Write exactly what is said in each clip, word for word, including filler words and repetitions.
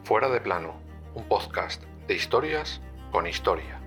Fuera de plano, un podcast de historias con historia.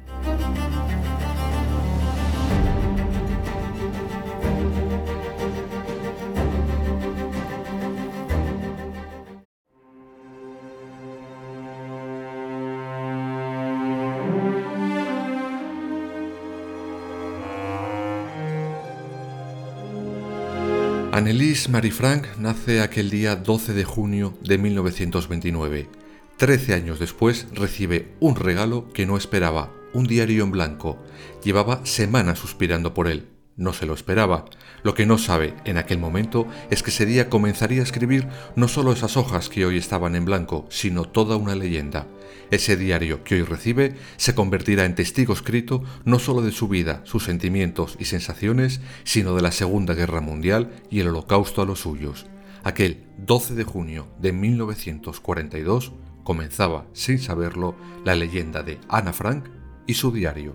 Anneliese Marie Frank nace aquel día doce de junio de mil novecientos veintinueve. Trece años después recibe un regalo que no esperaba, un diario en blanco. Llevaba semanas suspirando por él. No se lo esperaba. Lo que no sabe en aquel momento es que ese día comenzaría a escribir no solo esas hojas que hoy estaban en blanco, sino toda una leyenda. Ese diario que hoy recibe se convertirá en testigo escrito no solo de su vida, sus sentimientos y sensaciones, sino de la Segunda Guerra Mundial y el Holocausto a los suyos. Aquel doce de junio de mil novecientos cuarenta y dos comenzaba, sin saberlo, la leyenda de Ana Frank y su diario.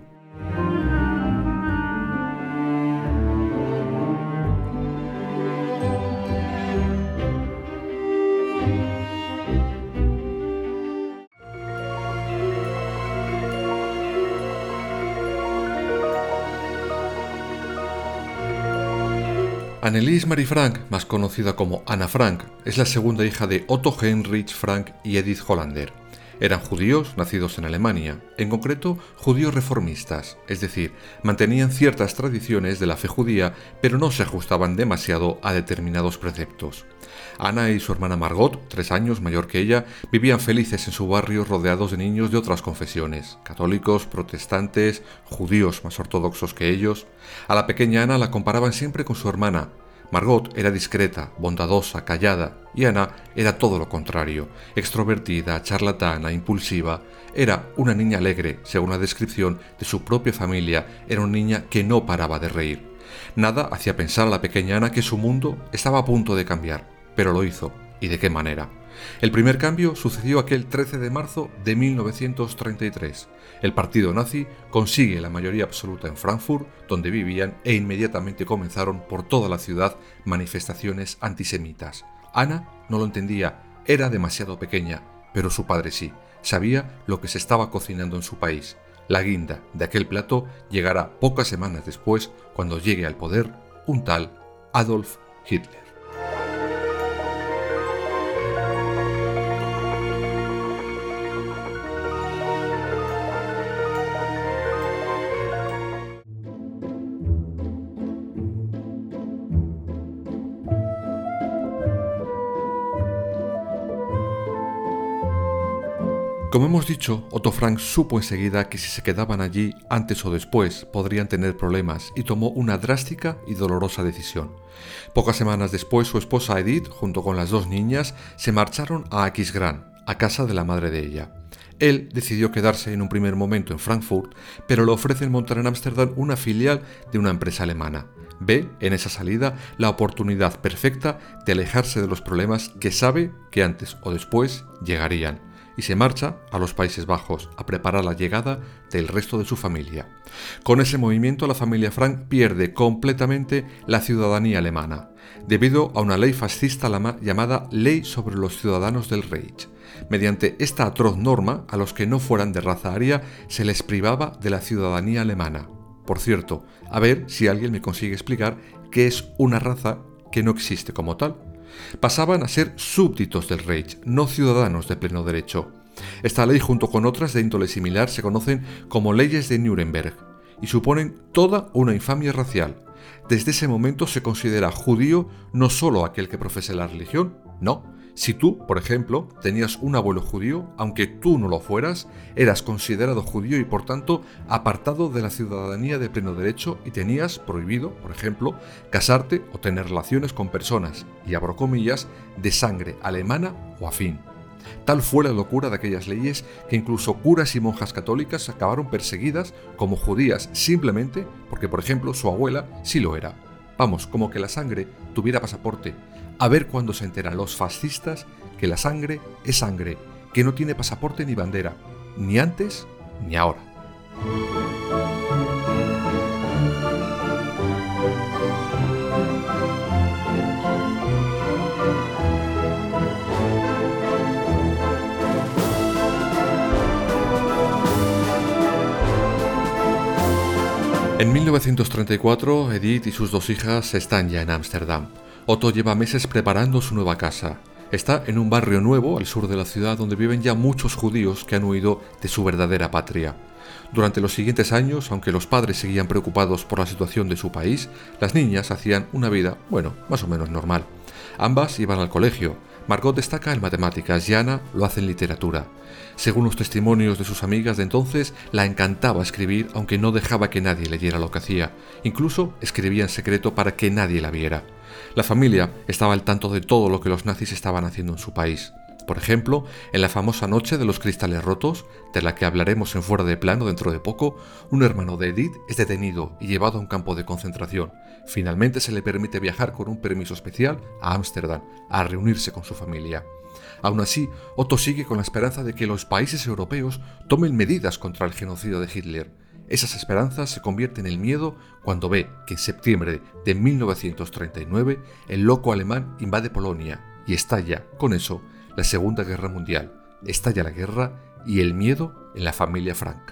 Anneliese Marie Frank, más conocida como Ana Frank, es la segunda hija de Otto Heinrich Frank y Edith Hollander. Eran judíos nacidos en Alemania, en concreto judíos reformistas, es decir, mantenían ciertas tradiciones de la fe judía, pero no se ajustaban demasiado a determinados preceptos. Ana y su hermana Margot, tres años mayor que ella, vivían felices en su barrio rodeados de niños de otras confesiones, católicos, protestantes, judíos más ortodoxos que ellos. A la pequeña Ana la comparaban siempre con su hermana. Margot era discreta, bondadosa, callada, y Ana era todo lo contrario, extrovertida, charlatana, impulsiva. Era una niña alegre, según la descripción de su propia familia, era una niña que no paraba de reír. Nada hacía pensar a la pequeña Ana que su mundo estaba a punto de cambiar, pero lo hizo, y de qué manera. El primer cambio sucedió aquel trece de marzo de mil novecientos treinta y tres. El partido nazi consigue la mayoría absoluta en Frankfurt, donde vivían, e inmediatamente comenzaron por toda la ciudad manifestaciones antisemitas. Ana no lo entendía, era demasiado pequeña, pero su padre sí, sabía lo que se estaba cocinando en su país. La guinda de aquel plato llegará pocas semanas después, cuando llegue al poder un tal Adolf Hitler. Como hemos dicho, Otto Frank supo enseguida que si se quedaban allí, antes o después, podrían tener problemas y tomó una drástica y dolorosa decisión. Pocas semanas después, su esposa Edith, junto con las dos niñas, se marcharon a Aquisgrán, a casa de la madre de ella. Él decidió quedarse en un primer momento en Frankfurt, pero le ofrecen montar en Ámsterdam una filial de una empresa alemana. Ve en esa salida la oportunidad perfecta de alejarse de los problemas que sabe que antes o después llegarían. Y se marcha a los Países Bajos a preparar la llegada del resto de su familia. Con ese movimiento la familia Frank pierde completamente la ciudadanía alemana, debido a una ley fascista llamada Ley sobre los Ciudadanos del Reich. Mediante esta atroz norma, a los que no fueran de raza aria se les privaba de la ciudadanía alemana. Por cierto, a ver si alguien me consigue explicar qué es una raza que no existe como tal. Pasaban a ser súbditos del Reich, no ciudadanos de pleno derecho. Esta ley, junto con otras de índole similar, se conocen como leyes de Nuremberg y suponen toda una infamia racial. Desde ese momento se considera judío no solo aquel que profese la religión, no. Si tú, por ejemplo, tenías un abuelo judío, aunque tú no lo fueras, eras considerado judío y por tanto apartado de la ciudadanía de pleno derecho y tenías prohibido, por ejemplo, casarte o tener relaciones con personas, y abro comillas, de sangre alemana o afín. Tal fue la locura de aquellas leyes que incluso curas y monjas católicas acabaron perseguidas como judías simplemente porque, por ejemplo, su abuela sí lo era. Vamos, como que la sangre tuviera pasaporte. A ver cuándo se enteran los fascistas que la sangre es sangre, que no tiene pasaporte ni bandera, ni antes ni ahora. En mil novecientos treinta y cuatro, Edith y sus dos hijas están ya en Ámsterdam. Otto lleva meses preparando su nueva casa. Está en un barrio nuevo al sur de la ciudad donde viven ya muchos judíos que han huido de su verdadera patria. Durante los siguientes años, aunque los padres seguían preocupados por la situación de su país, las niñas hacían una vida, bueno, más o menos normal. Ambas iban al colegio. Margot destaca en matemáticas y Anna lo hace en literatura. Según los testimonios de sus amigas de entonces, la encantaba escribir aunque no dejaba que nadie leyera lo que hacía. Incluso escribía en secreto para que nadie la viera. La familia estaba al tanto de todo lo que los nazis estaban haciendo en su país. Por ejemplo, en la famosa noche de los cristales rotos, de la que hablaremos en Fuera de Plano dentro de poco, un hermano de Edith es detenido y llevado a un campo de concentración. Finalmente se le permite viajar con un permiso especial a Ámsterdam, a reunirse con su familia. Aún así, Otto sigue con la esperanza de que los países europeos tomen medidas contra el genocidio de Hitler. Esas esperanzas se convierten en miedo cuando ve que en septiembre de mil novecientos treinta y nueve el loco alemán invade Polonia y estalla, con eso, la Segunda Guerra Mundial. Estalla la guerra y el miedo en la familia Frank.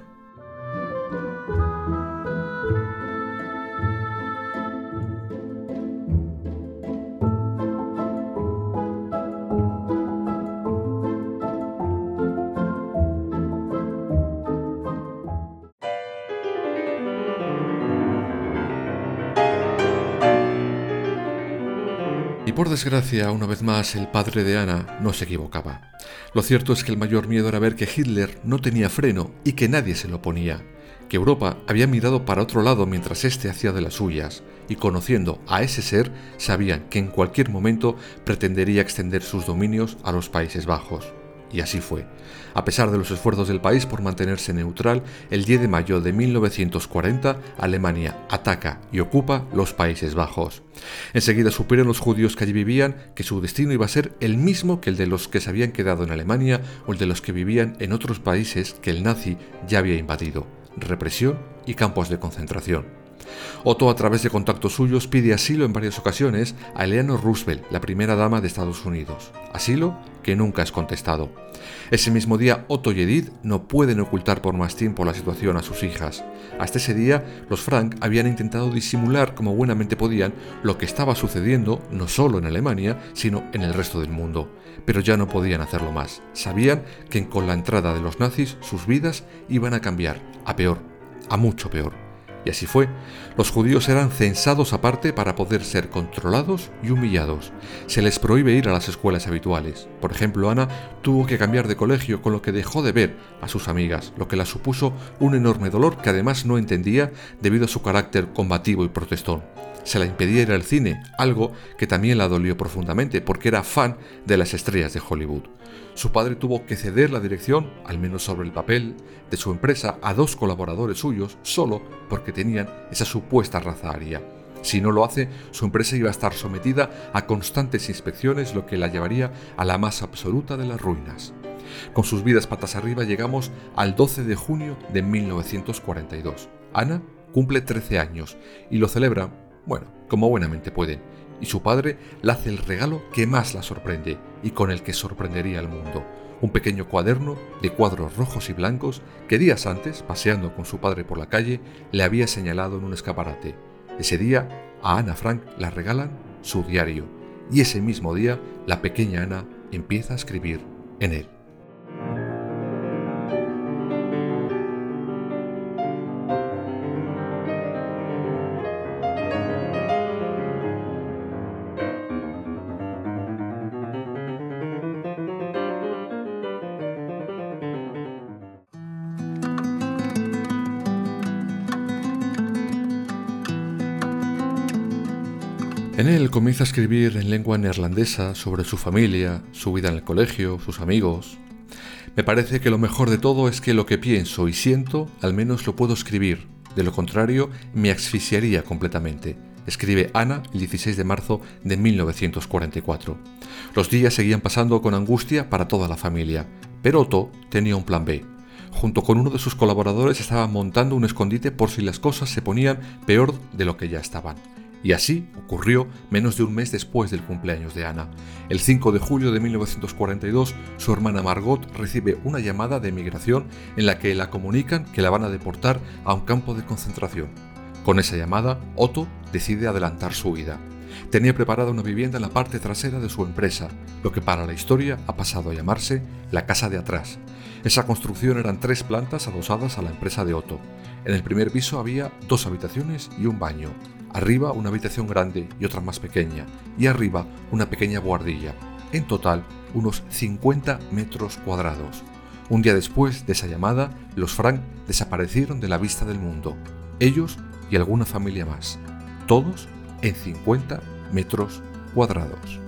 Y por desgracia, una vez más, el padre de Anna no se equivocaba. Lo cierto es que el mayor miedo era ver que Hitler no tenía freno y que nadie se lo ponía, que Europa había mirado para otro lado mientras éste hacía de las suyas, y conociendo a ese ser, sabían que en cualquier momento pretendería extender sus dominios a los Países Bajos. Y así fue. A pesar de los esfuerzos del país por mantenerse neutral, el diez de mayo de mil novecientos cuarenta, Alemania ataca y ocupa los Países Bajos. Enseguida supieron los judíos que allí vivían que su destino iba a ser el mismo que el de los que se habían quedado en Alemania o el de los que vivían en otros países que el nazi ya había invadido: represión y campos de concentración. Otto, a través de contactos suyos, pide asilo en varias ocasiones a Eleanor Roosevelt, la primera dama de Estados Unidos. Asilo que nunca es contestado. Ese mismo día, Otto y Edith no pueden ocultar por más tiempo la situación a sus hijas. Hasta ese día, los Frank habían intentado disimular como buenamente podían lo que estaba sucediendo no solo en Alemania, sino en el resto del mundo. Pero ya no podían hacerlo más. Sabían que con la entrada de los nazis sus vidas iban a cambiar, a peor, a mucho peor. Y así fue. Los judíos eran censados aparte para poder ser controlados y humillados. Se les prohíbe ir a las escuelas habituales. Por ejemplo, Anna tuvo que cambiar de colegio, con lo que dejó de ver a sus amigas, lo que la supuso un enorme dolor que además no entendía debido a su carácter combativo y protestón. Se la impedía ir al cine, algo que también la dolió profundamente porque era fan de las estrellas de Hollywood. Su padre tuvo que ceder la dirección, al menos sobre el papel, de su empresa a dos colaboradores suyos solo porque tenían esa supuesta raza aria. Si no lo hace, su empresa iba a estar sometida a constantes inspecciones, lo que la llevaría a la más absoluta de las ruinas. Con sus vidas patas arriba llegamos al doce de junio de mil novecientos cuarenta y dos. Anna cumple trece años y lo celebra, bueno, como buenamente pueden, y su padre le hace el regalo que más la sorprende y con el que sorprendería al mundo: un pequeño cuaderno de cuadros rojos y blancos que días antes, paseando con su padre por la calle, le había señalado en un escaparate. Ese día, a Anna Frank le regalan su diario, y ese mismo día, la pequeña Anna empieza a escribir en él. En él comienza a escribir en lengua neerlandesa sobre su familia, su vida en el colegio, sus amigos. Me parece que lo mejor de todo es que lo que pienso y siento, al menos lo puedo escribir. De lo contrario, me asfixiaría completamente. Escribe Anna el dieciséis de marzo de mil novecientos cuarenta y cuatro. Los días seguían pasando con angustia para toda la familia, pero Otto tenía un plan B. Junto con uno de sus colaboradores estaban montando un escondite por si las cosas se ponían peor de lo que ya estaban. Y así ocurrió menos de un mes después del cumpleaños de Anna. El cinco de julio de mil novecientos cuarenta y dos, su hermana Margot recibe una llamada de emigración en la que la comunican que la van a deportar a un campo de concentración. Con esa llamada, Otto decide adelantar su huida. Tenía preparada una vivienda en la parte trasera de su empresa, lo que para la historia ha pasado a llamarse la casa de atrás. Esa construcción eran tres plantas adosadas a la empresa de Otto. En el primer piso había dos habitaciones y un baño. Arriba una habitación grande y otra más pequeña, y arriba una pequeña buhardilla. En total, unos cincuenta metros cuadrados. Un día después de esa llamada, los Frank desaparecieron de la vista del mundo. Ellos y alguna familia más. Todos en cincuenta metros cuadrados.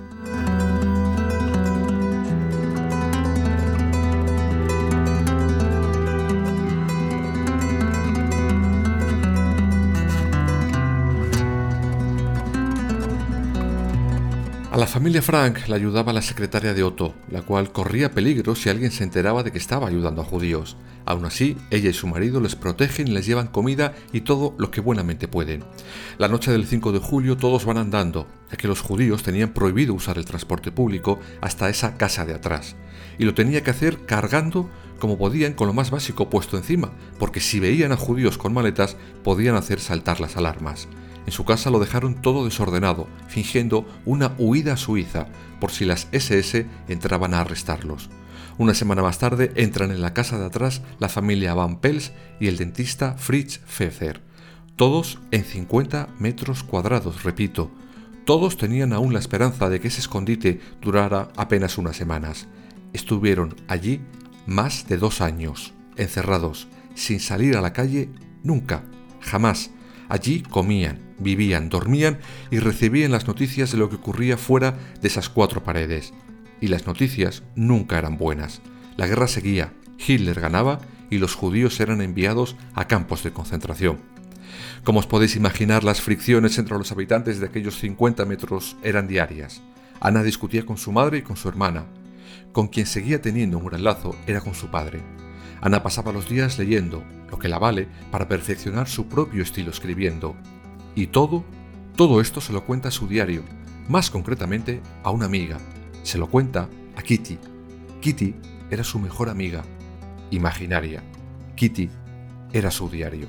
A la familia Frank la ayudaba la secretaria de Otto, la cual corría peligro si alguien se enteraba de que estaba ayudando a judíos. Aún así, ella y su marido les protegen y les llevan comida y todo lo que buenamente pueden. La noche del cinco de julio todos van andando, ya que los judíos tenían prohibido usar el transporte público hasta esa casa de atrás. Y lo tenía que hacer cargando como podían con lo más básico puesto encima, porque si veían a judíos con maletas podían hacer saltar las alarmas. En su casa lo dejaron todo desordenado, fingiendo una huida suiza, por si las ese ese entraban a arrestarlos. Una semana más tarde entran en la casa de atrás la familia Van Pels y el dentista Fritz Pfeffer. Todos en cincuenta metros cuadrados, repito. Todos tenían aún la esperanza de que ese escondite durara apenas unas semanas. Estuvieron allí más de dos años, encerrados, sin salir a la calle nunca, jamás. Allí comían, vivían, dormían y recibían las noticias de lo que ocurría fuera de esas cuatro paredes. Y las noticias nunca eran buenas. La guerra seguía, Hitler ganaba y los judíos eran enviados a campos de concentración. Como os podéis imaginar, las fricciones entre los habitantes de aquellos cincuenta metros eran diarias. Ana discutía con su madre y con su hermana. Con quien seguía teniendo un gran lazo era con su padre. Ana pasaba los días leyendo, lo que la vale para perfeccionar su propio estilo escribiendo. Y todo, todo esto se lo cuenta a su diario, más concretamente a una amiga. Se lo cuenta a Kitty. Kitty era su mejor amiga, imaginaria. Kitty era su diario.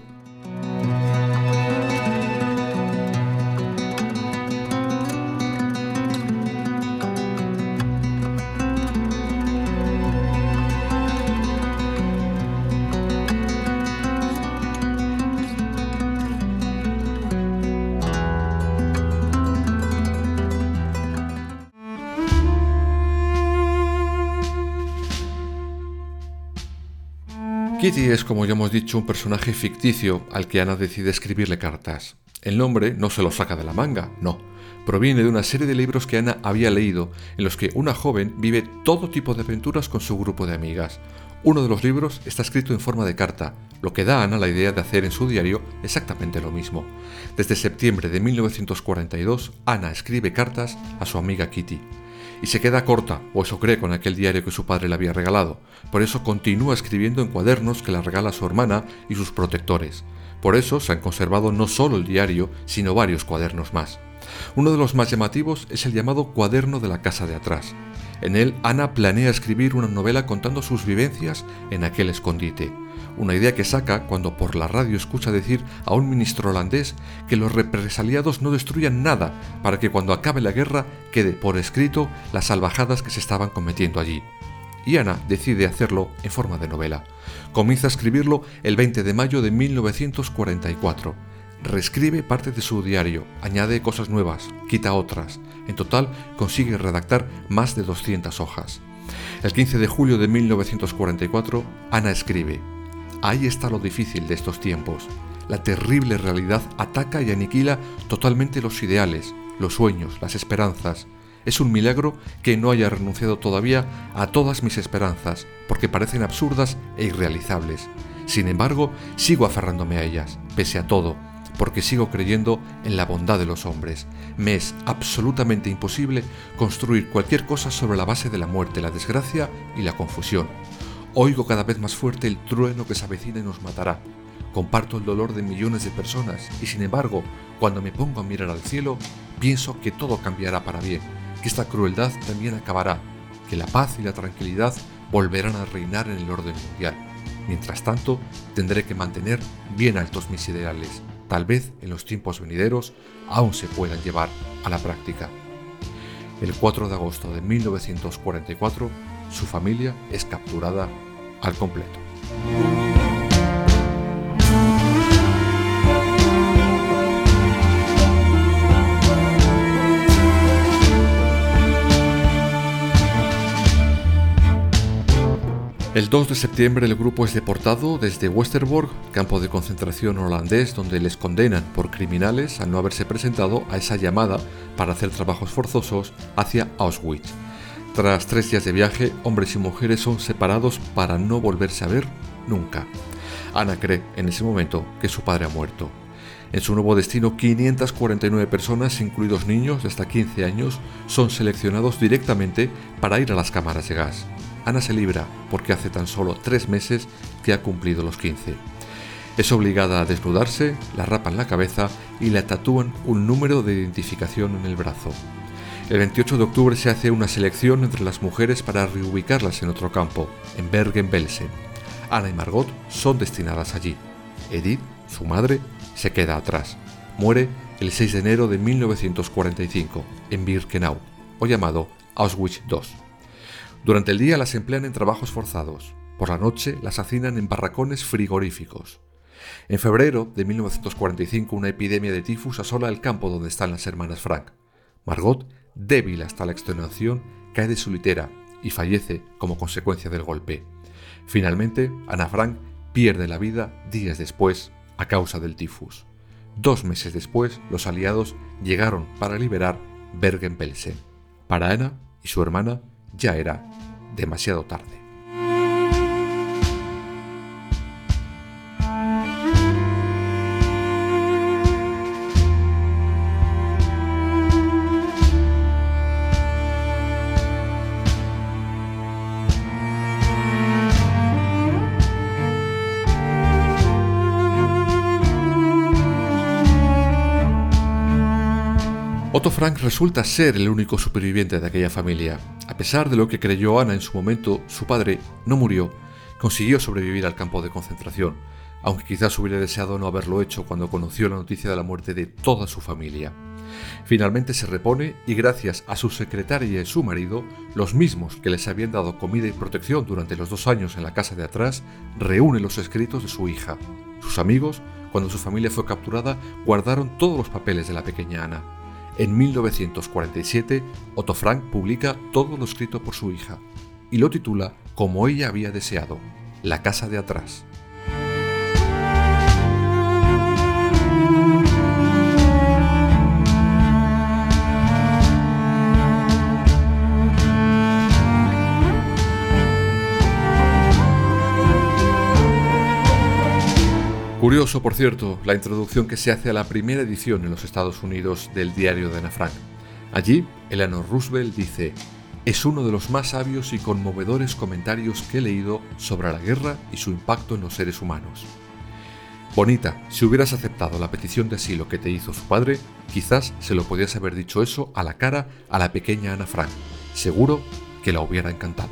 Kitty es, como ya hemos dicho, un personaje ficticio al que Ana decide escribirle cartas. El nombre no se lo saca de la manga, no. Proviene de una serie de libros que Ana había leído, en los que una joven vive todo tipo de aventuras con su grupo de amigas. Uno de los libros está escrito en forma de carta, lo que da a Ana la idea de hacer en su diario exactamente lo mismo. Desde septiembre de mil novecientos cuarenta y dos, Ana escribe cartas a su amiga Kitty. Y se queda corta, o eso cree, con aquel diario que su padre le había regalado. Por eso continúa escribiendo en cuadernos que le regala su hermana y sus protectores. Por eso se han conservado no solo el diario, sino varios cuadernos más. Uno de los más llamativos es el llamado Cuaderno de la casa de atrás. En él, Ana planea escribir una novela contando sus vivencias en aquel escondite. Una idea que saca cuando por la radio escucha decir a un ministro holandés que los represaliados no destruyan nada para que cuando acabe la guerra quede por escrito las salvajadas que se estaban cometiendo allí. Y Ana decide hacerlo en forma de novela. Comienza a escribirlo el veinte de mayo de mil novecientos cuarenta y cuatro. Reescribe parte de su diario, añade cosas nuevas, quita otras. En total consigue redactar más de doscientas hojas. El quince de julio de mil novecientos cuarenta y cuatro, Ana escribe: ahí está lo difícil de estos tiempos. La terrible realidad ataca y aniquila totalmente los ideales, los sueños, las esperanzas. Es un milagro que no haya renunciado todavía a todas mis esperanzas, porque parecen absurdas e irrealizables. Sin embargo, sigo aferrándome a ellas, pese a todo, porque sigo creyendo en la bondad de los hombres. Me es absolutamente imposible construir cualquier cosa sobre la base de la muerte, la desgracia y la confusión. Oigo cada vez más fuerte el trueno que se avecina y nos matará. Comparto el dolor de millones de personas y, sin embargo, cuando me pongo a mirar al cielo, pienso que todo cambiará para bien, que esta crueldad también acabará, que la paz y la tranquilidad volverán a reinar en el orden mundial. Mientras tanto, tendré que mantener bien altos mis ideales. tal vez en los tiempos venideros aún se puedan llevar a la práctica. El cuatro de agosto de mil novecientos cuarenta y cuatro, su familia es capturada al completo. El dos de septiembre el grupo es deportado desde Westerbork, campo de concentración holandés, donde les condenan por criminales al no haberse presentado a esa llamada para hacer trabajos forzosos hacia Auschwitz. Tras tres días de viaje, hombres y mujeres son separados para no volverse a ver nunca. Ana cree en ese momento que su padre ha muerto. En su nuevo destino, quinientas cuarenta y nueve personas, incluidos niños de hasta quince años, son seleccionados directamente para ir a las cámaras de gas. Ana se libra porque hace tan solo tres meses que ha cumplido los quince. Es obligada a desnudarse, la rapan la cabeza y le tatúan un número de identificación en el brazo. El veintiocho de octubre se hace una selección entre las mujeres para reubicarlas en otro campo, en Bergen-Belsen. Ana y Margot son destinadas allí. Edith, su madre, se queda atrás. Muere el seis de enero de mil novecientos cuarenta y cinco, en Birkenau, o llamado Auschwitz dos. Durante el día las emplean en trabajos forzados. Por la noche las hacinan en barracones frigoríficos. En febrero de mil novecientos cuarenta y cinco una epidemia de tifus asola el campo donde están las hermanas Frank. Margot, débil hasta la extenuación, cae de su litera y fallece como consecuencia del golpe. Finalmente, Ana Frank pierde la vida días después a causa del tifus. Dos meses después, los aliados llegaron para liberar Bergen-Belsen. Para Ana y su hermana ya era demasiado tarde. Otto Frank resulta ser el único superviviente de aquella familia. A pesar de lo que creyó Ana en su momento, su padre no murió, consiguió sobrevivir al campo de concentración, aunque quizás hubiera deseado no haberlo hecho cuando conoció la noticia de la muerte de toda su familia. Finalmente se repone y gracias a su secretaria y su marido, los mismos que les habían dado comida y protección durante los dos años en la casa de atrás, reúne los escritos de su hija. Sus amigos, cuando su familia fue capturada, guardaron todos los papeles de la pequeña Ana. En mil novecientos cuarenta y siete, Otto Frank publica todo lo escrito por su hija y lo titula como ella había deseado, La casa de atrás. Curioso, por cierto, la introducción que se hace a la primera edición en los Estados Unidos del diario de Ana Frank. Allí, Eleanor Roosevelt dice: «Es uno de los más sabios y conmovedores comentarios que he leído sobre la guerra y su impacto en los seres humanos». Bonita, si hubieras aceptado la petición de asilo que te hizo su padre, quizás se lo podías haber dicho eso a la cara a la pequeña Ana Frank. Seguro que la hubiera encantado.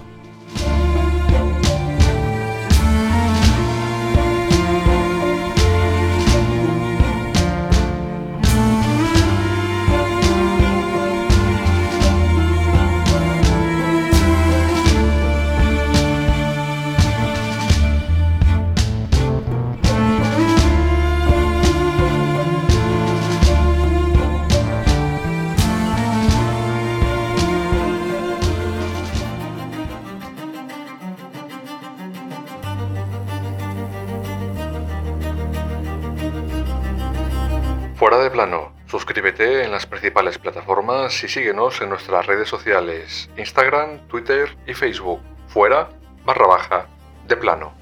Fuera de plano, suscríbete en las principales plataformas y síguenos en nuestras redes sociales, Instagram, Twitter y Facebook. Fuera barra baja de plano.